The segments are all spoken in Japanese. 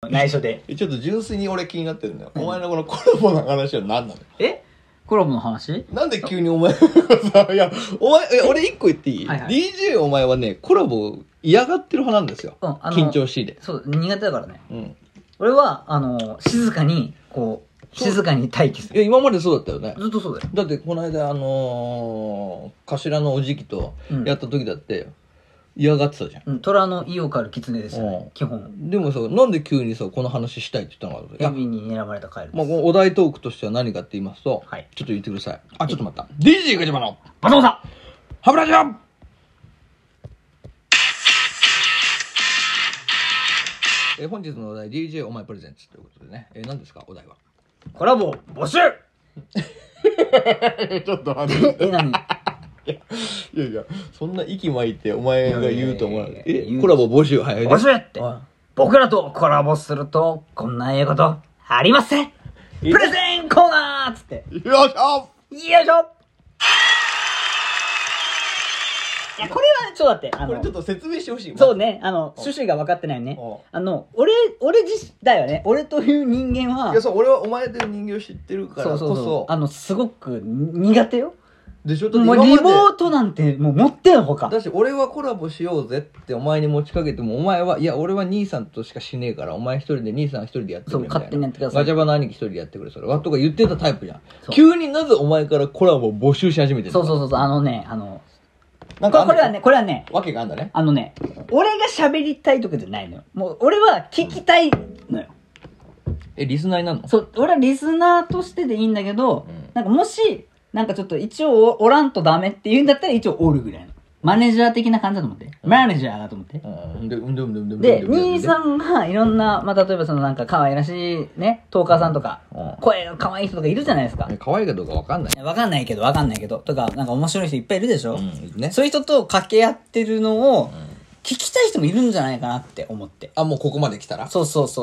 内緒で。 ちょっと純粋に俺気になってるんだよ。お前のこのコラボの話は何なの？ コラボの話？ なんで急にお前がさ、いや、俺一個言っていい？ はいはい DJ お前はね、コラボ嫌がってる派なんですよ。緊張しいで。 そう、苦手だからね。 うん。 俺は、静かに、静かに待機する。 いや、今までそうだったよね。 ずっとそうだよ。 だって、この間、頭のおじきとやった時だって、嫌がってたじゃん。 虎の意を狩る狐ですよね、基本。 でもさ、なんで急にさ、この話したいって言ったのか。 エビに狙われたカエルです。 まあ、このお題トークとしては何かって言いますと、 はいちょっと言ってください。あ、ちょっと待った。DJ ガチャバのバタバタハブラジオ。本日のお題 DJ お前プレゼンツということでね、何ですかお題は？ コラボ募集ちょっと待って。 何？ いや、そんな息巻いてお前が言うと思わない。 言うコラボ募集、はい。 募集って。僕らとコラボすると、こんなええことありません。プレゼンコーナーっつって。 よいしょ。 よいしょ。いや、これは、ちょっと待って。 これちょっと説明してほしい。 そうね、趣旨が分かってないね。俺だよね。俺という人間は。 いや、そう、俺はお前という人間を知ってるからこそ。 すごく苦手よ。 でしょ？ もうリモートなんてもう持ってんほか。 だし俺はコラボしようぜってお前に持ちかけても、お前はいや俺は兄さんとしかしねえから、お前一人で兄さん一人でやってくれみたいな。 そう勝手にやってください。 ガチャバの兄貴一人でやってくれそれはとか言ってたタイプじゃん。急になぜお前からコラボを募集し始めてるの？ そうなんかこれはねわけがあんだね。 俺が喋りたいとかじゃないのよ。もう俺は聞きたいのよ。 リスナーになるの？ そう、俺はリスナーとしてでいいんだけど、なんかもしなんかちょっと一応おらんとダメって言うんだったら一応おるぐらいの。マネージャー的な感じだと思って。マネージャーだと思って。で、兄さんがいろんな、まあ、例えばなんか可愛らしいね、トーカーさんとか、声が可愛い人とかいるじゃないですか。 可愛いかどうかわかんない。 わかんないけど、とか、なんか面白い人いっぱいいるでしょ？そういう人と掛け合ってるのを、聞きたい人もいるんじゃないかなって思って。 あ、もうここまで来たら？ そう。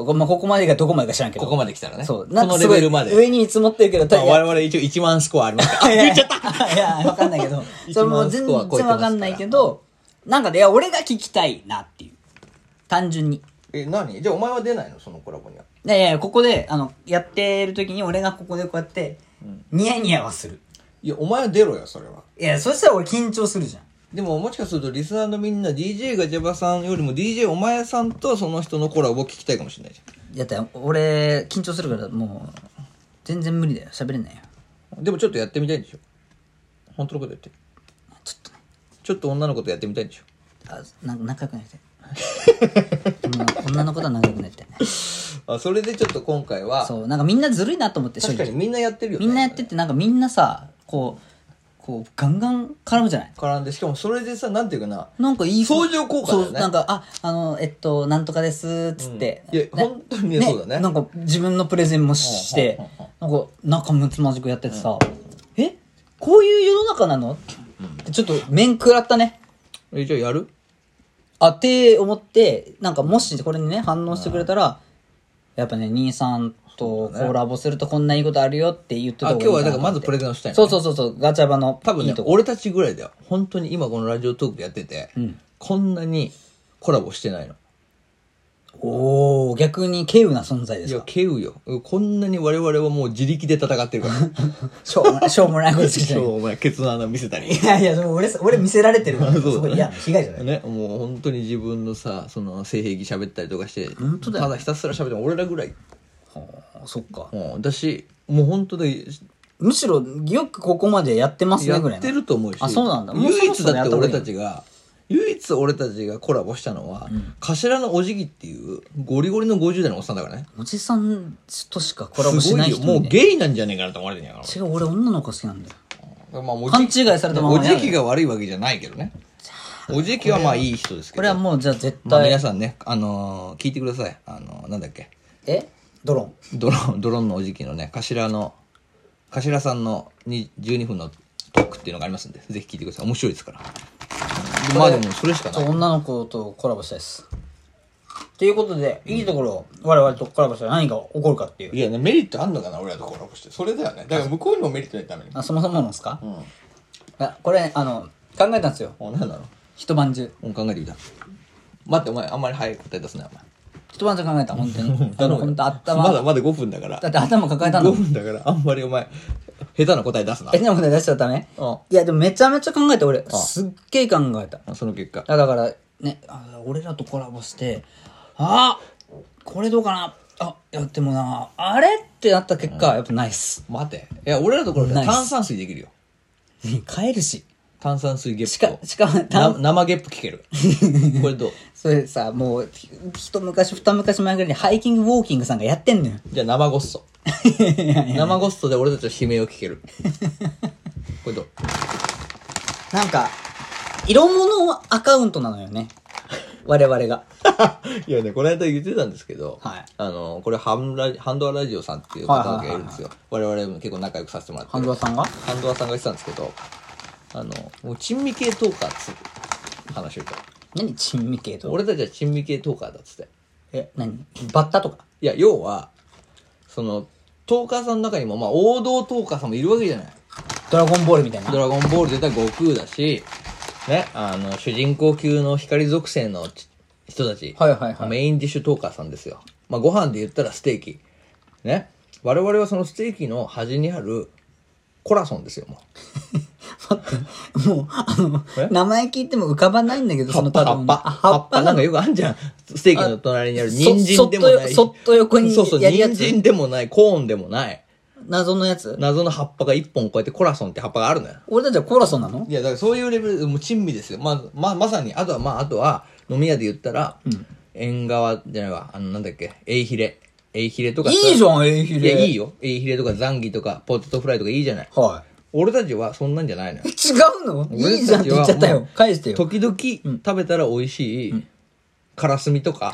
まあ、ここまでがどこまでか知らんけど。 ここまで来たらね。 そう。 このレベルまで。 上に積もってるけど、 我々一応1万スコアありますから。言っちゃった。 いや、わかんないけど。それも全然わかんないけど、なんかね、俺が聞きたいなっていう。単純に。 何？じゃあお前は出ないの？そのコラボには。 いや、ここで、やってる時に俺がここでこうやって、ニヤニヤはする。 いや、お前は出ろよ、それは。 いや、そしたら俺緊張するじゃん。 でももしかするとリスナーのみんな DJ ガチャバさんよりも DJ お前さんとその人のコラボを聞きたいかもしれないじゃん。だって俺緊張するからもう全然無理だよ。喋れないよ。 でもちょっとやってみたいんでしょ？本当のこと言って。ちょっと女の子とやってみたいんでしょ？ 仲良くなりたい。女の子とは仲良くなりたい。 それでちょっと今回はそう、なんかみんなずるいなと思って。 確かにみんなやってるよね。 みんなやってて、なんかみんなさ、こうガンガン絡むじゃない？ 絡んで、しかもそれでさ、なんていうかな、 なんかいい相乗効果だよね。 そう、なんかなんとかですっつって、 いや本当にね、そうだね。 なんか自分のプレゼンもして、なんか仲睦まじくやっててさ、こういう世の中なの？ちょっと面食らったね。 じゃあやる？ って思って、なんかもしこれにね反応してくれたら、やっぱね兄さんとコラボするとこんないいことあるよって言ってた方がいい。 今日はだからまずプレゼンをしたいの。そうガチャバの多分ね、俺たちぐらいだよ。本当に今このラジオトークやってて、こんなにコラボしてないの。 おー、逆に稀有な存在ですか？ いや、稀有よ。こんなに我々はもう自力で戦ってるから。 しょうもないことしてしょうもない。ケツの穴見せたり。 いや、でも俺見せられてるから。そうだね。いや、被害じゃない。 ね、もう本当に自分のさ、その性癖喋ったりとかして、 本当だよ。 ただひたすら喋っても俺らぐらい。 そっか。 だし、もう本当で、 むしろよくここまでやってますねぐらいやってると思うし。 あ、そうなんだ。 唯一だって俺たちがコラボしたのは、頭のおじぎっていうゴリゴリの50代のおっさんだからね。 おじさんとしかコラボしない人もうゲイなんじゃねえかなと思われてんやから。 違う、俺女の子好きなんだよ。 勘違いされたままおじきが悪いわけじゃないけどね。おじきはまあいい人ですけど。 これはもうじゃあ絶対。 皆さんね、聞いてください。なんだっけ。 ドローンのおじきのね、頭さんの12分のトークっていうのがありますんで、ぜひ聞いてください。面白いですから。まあでもそれしかない。 女の子とコラボしたいです。ということで、いいところ、我々とコラボしたら何が起こるかっていう。 いやね、メリットあんのかな、俺らとコラボして。それだよね。だから向こうにもメリットないために。 そもそもなんですか？これ、考えたんですよ。 何なの？ 一晩中。 考えてみた。待って、お前、あんまり早く答え出すな、お前。 一晩じゃ考えた、本当に。本当頭。 まだ5分だから。 だって頭抱えたの。 5分だから、あんまりお前、下手な答え出すな。 下手な答え出しちゃダメ？いや、でもめちゃめちゃ考えて、俺。すっげえ考えた。 その結果。 だから、ね、俺らとコラボして、これどうかな。いや、でもな、あれってなった結果、やっぱナイス。 待て。いや、俺らのところで炭酸水できるよ。 買えるし。 炭酸水ゲップと。 しかも、 生ゲップ聞ける。これどう？ それさ、もう、一昔前ぐらいにハイキングウォーキングさんがやってんのよ。 じゃあ生ゴッソ。生ゴッソで俺たちの悲鳴を聞ける。これどう？ なんか、色物アカウントなのよね。我々が。 いやね、この間言ってたんですけど、 はい。 これハンドアラジオさんっていう方がいるんですよ。我々も結構仲良くさせてもらって。 ハンドアさんが言ってたんですけど、もう珍味系トーカーっつう話を言った。 何珍味系トーカー？ 俺たちは珍味系トーカーだっつって。 何バッタとか？ いや、要は、トーカーさんの中にも、まあ、王道トーカーさんもいるわけじゃない。 ドラゴンボールみたいな。 ドラゴンボールで言ったら悟空だし、ね、主人公級の光属性の人たち。メインディッシュトーカーさんですよ。まあ、ご飯で言ったらステーキ。ね。我々はそのステーキの端にある、コラソンですよ、もう。 待って、もう、名前聞いても浮かばないんだけど、その葉っぱ。なんかよくあんじゃん。ステーキの隣にある人参でもない。 そっと横にやるやつ。 人参でもない、コーンでもない。 謎のやつ？ 謎の葉っぱが一本こうやってコラソンって葉っぱがあるのよ。 俺たちはコラソンなの？ いや、だからそういうレベルでもう珍味ですよ。まさに、あとは、飲み屋で言ったら、縁側じゃないわ、なんだっけ、エイヒレとかさ。 いいじゃん、エイヒレ。 いや、いいよ。エイヒレとかザンギとか、ポテトフライとかいいじゃない。 はい。 俺たちはそんなんじゃないのよ。 違うの？いいじゃんって言っちゃったよ。返してよ。 時々食べたら美味しい、カラスミとか。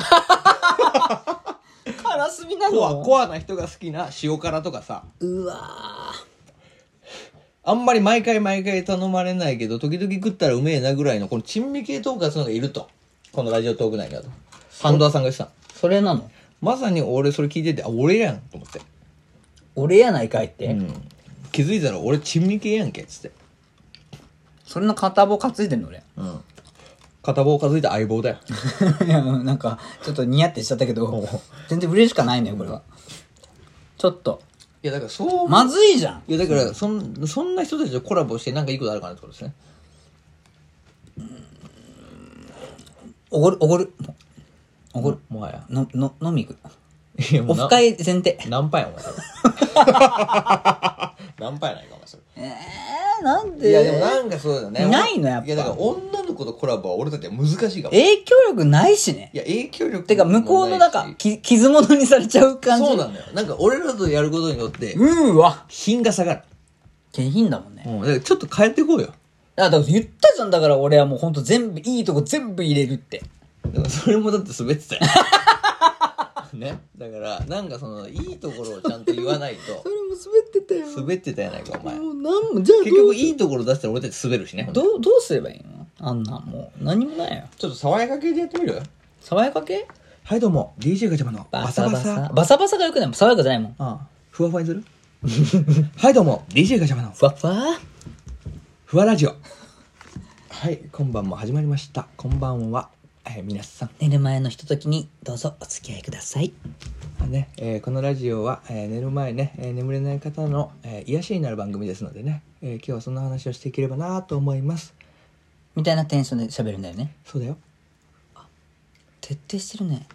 カラスミなの？ コアな人が好きな塩辛とかさ。 うわあんまり毎回頼まれないけど、時々食ったらうめえなぐらいの、この珍味系トーカーのがいると。このラジオトーク内にはと。ハンドアさんが言ってた。 それなの？ まさに俺それ聞いてて、俺やんと思って。 俺やないかいって。 気づいたら俺珍味系やんけっつって。 それの片棒担いでんの俺。 片棒担いだ相棒だよ。 いや、なんか、ちょっとニヤってしちゃったけど、全然嬉しかないのよ、これは。ちょっと。 いや、だからまずいじゃん。 いや、だから、そんな人たちとコラボしてなんかいいことあるかなってことですね。 おごる。 もはや。 飲み行く。 いや、 オフ会前提。 ナンパやん、お前。ナンパやないか、お前それ。 なんで？ いや、でもなんかそうだよね。 ないのやっぱ。 いや、だから女の子とコラボは俺たちは難しいかも。 影響力ないしね。 いや、影響力てか、向こうのなんか、傷物にされちゃう感じ。 そうなんだよ。なんか俺らとやることによって、品が下がる。 下品だもんね。 だからちょっと変えていこうよ。 だから言ったじゃん。だから俺はもうほんと全部、いいとこ全部入れるって。 だからそれもだって滑ってたよ。ね。だから、なんかいいところをちゃんと言わないと。 それも滑ってたよ。 滑ってたやないか、お前。 じゃあ結局いいところ出したら俺たち滑るしね。 どうすればいいの？あんな、もう、何もないよ。 ちょっと爽やか系でやってみる？ 爽やか系？ はい、どうも。DJ ガチャマのバサバサ。 バサバサがよくないもん。爽やかじゃないもん。 ふわふわにする？はい、どうも。DJ ガチャマのふわふわふわラジオ。はい、今晩も始まりました。こんばんは。皆さん。 寝る前のひとときにどうぞお付き合いください。 このラジオは、寝る前ね、眠れない方の、癒しになる番組ですのでね、今日はそんな話をしていければなと思います。 みたいなテンションで喋るんだよね。 そうだよ。 徹底してるね。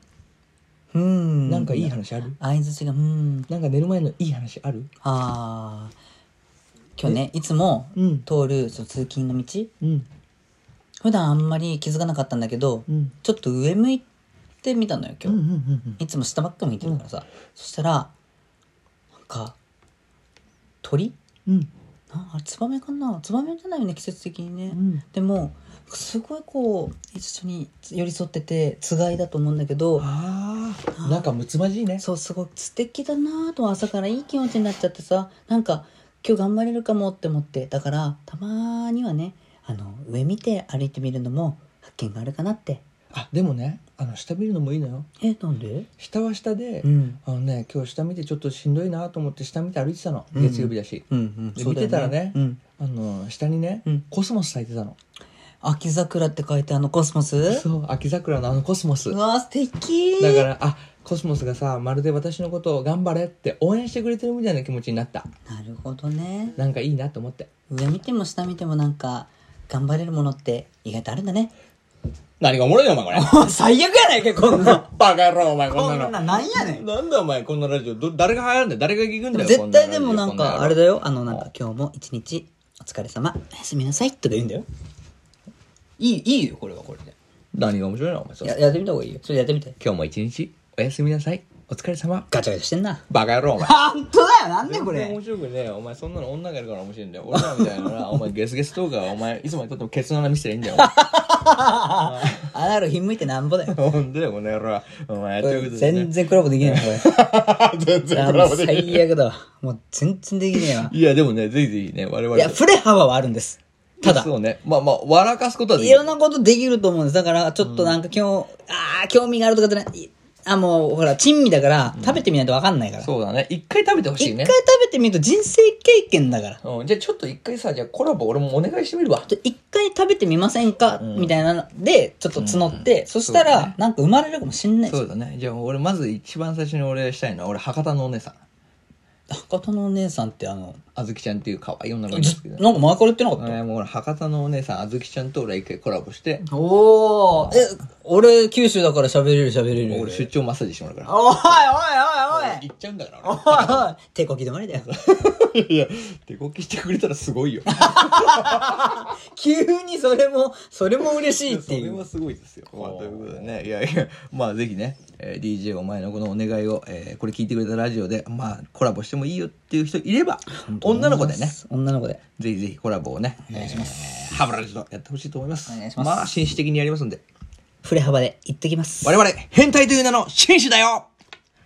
なんかいい話ある？ 相づちがなんか寝る前のいい話ある？ 今日ね、いつも通る通勤の道、普段あんまり気づかなかったんだけど、ちょっと上向いてみたのよ今日。いつも下ばっか向いてるからさ、そしたらなんか鳥、あれツバメかな、ツバメじゃないよね、季節的にね、でもすごいこう一緒に寄り添っててつがいだと思うんだけど、 なんかむつまじいね。 そう、すごい素敵だなと朝からいい気持ちになっちゃってさ、なんか今日頑張れるかもって思って、だからたまにはね、上見て歩いてみるのも発見があるかなって。 でもね、下見るのもいいのよ。 なんで？ 下は下で、今日下見てちょっとしんどいなと思って下見て歩いてたの。月曜日だし。で見てたらね、下にね、コスモス咲いてたの。 秋桜って書いてコスモス？ そう、秋桜のコスモス。 うわ、素敵。 だから、コスモスがさ、まるで私のことを頑張れって応援してくれてるみたいな気持ちになった。 なるほどね。 なんかいいなと思って。 上見ても下見てもなんか、頑張れるものって意外とあるんだね。 何がおもろいよ、お前これ。 最悪やないか、こんな。 バカ野郎、お前、こんなの。 こんな、なんやねん。 なんだお前、こんなラジオ。誰が流行るんだよ、誰が聞くんだよ。 絶対でもなんか、あれだよ。なんか、今日も一日、お疲れ様、おやすみなさい、とか言うんだよ。いいよ、これはこれで。 何が面白いのお前、それ。 やってみた方がいいよ。それやってみて。 今日も一日、おやすみなさい、お疲れ様。 ガチャガチャしてんな。 バカ野郎、お前。 ほんとだよ、なんでこれ。 全然面白くねえよ。お前、そんなの女がいるから面白いんだよ。俺らみたいなな、お前、ゲスゲストーカー、お前、いつまでとってもケツの穴見せてりゃいいんだよ。 あなるひんむいてなんぼだよ。 ほんとだよ、この野郎。お前、 全然コラボできねえな、これ。 全然コラボできない。 最悪だわ。もう全然できねえわ。 いや、でもね、ぜひぜひね、我々。 いや、振れ幅はあるんです。ただ。 そうね。まあ、笑かすことはできる。いろんなことできると思うんです。だから、ちょっとなんか今日、興味があるとかじゃない。もう、ほら、珍味だから、食べてみないとわかんないから。 そうだね。一回食べてほしいね。 一回食べてみると人生経験だから。 じゃあちょっと一回さ、じゃあコラボ俺もお願いしてみるわ。 一回食べてみませんかみたいなので、ちょっと募って、そしたら、なんか生まれるかもしんないです。 そうだね。じゃあ俺まず一番最初に俺したいのは、俺博多のお姉さん。 博多のお姉さんってあずきちゃんっていう可愛い女の子ですけど。 なんか前から言ってなかった？ もう俺博多のお姉さん、あずきちゃんと俺一回コラボして。 おー。俺九州だから喋れる。 俺出張マッサージしてもらうから。 おい行っちゃうんだからおい手こき止まりだよ。 いや、手こきしてくれたらすごいよ。 急にそれも嬉しいっていう。 それはすごいですよ。ということでね、いや、ぜひね、DJ お前のこのお願いを、これ聞いてくれたラジオで、コラボしてもいいよっていう人いれば、女の子でね。 女の子で。 ぜひぜひコラボをね、 お願いします。 ハブラジとやってほしいと思います。 お願いします。 紳士的にやりますんで。 振れ幅で行ってきます。 我々、変態という名の紳士だよ。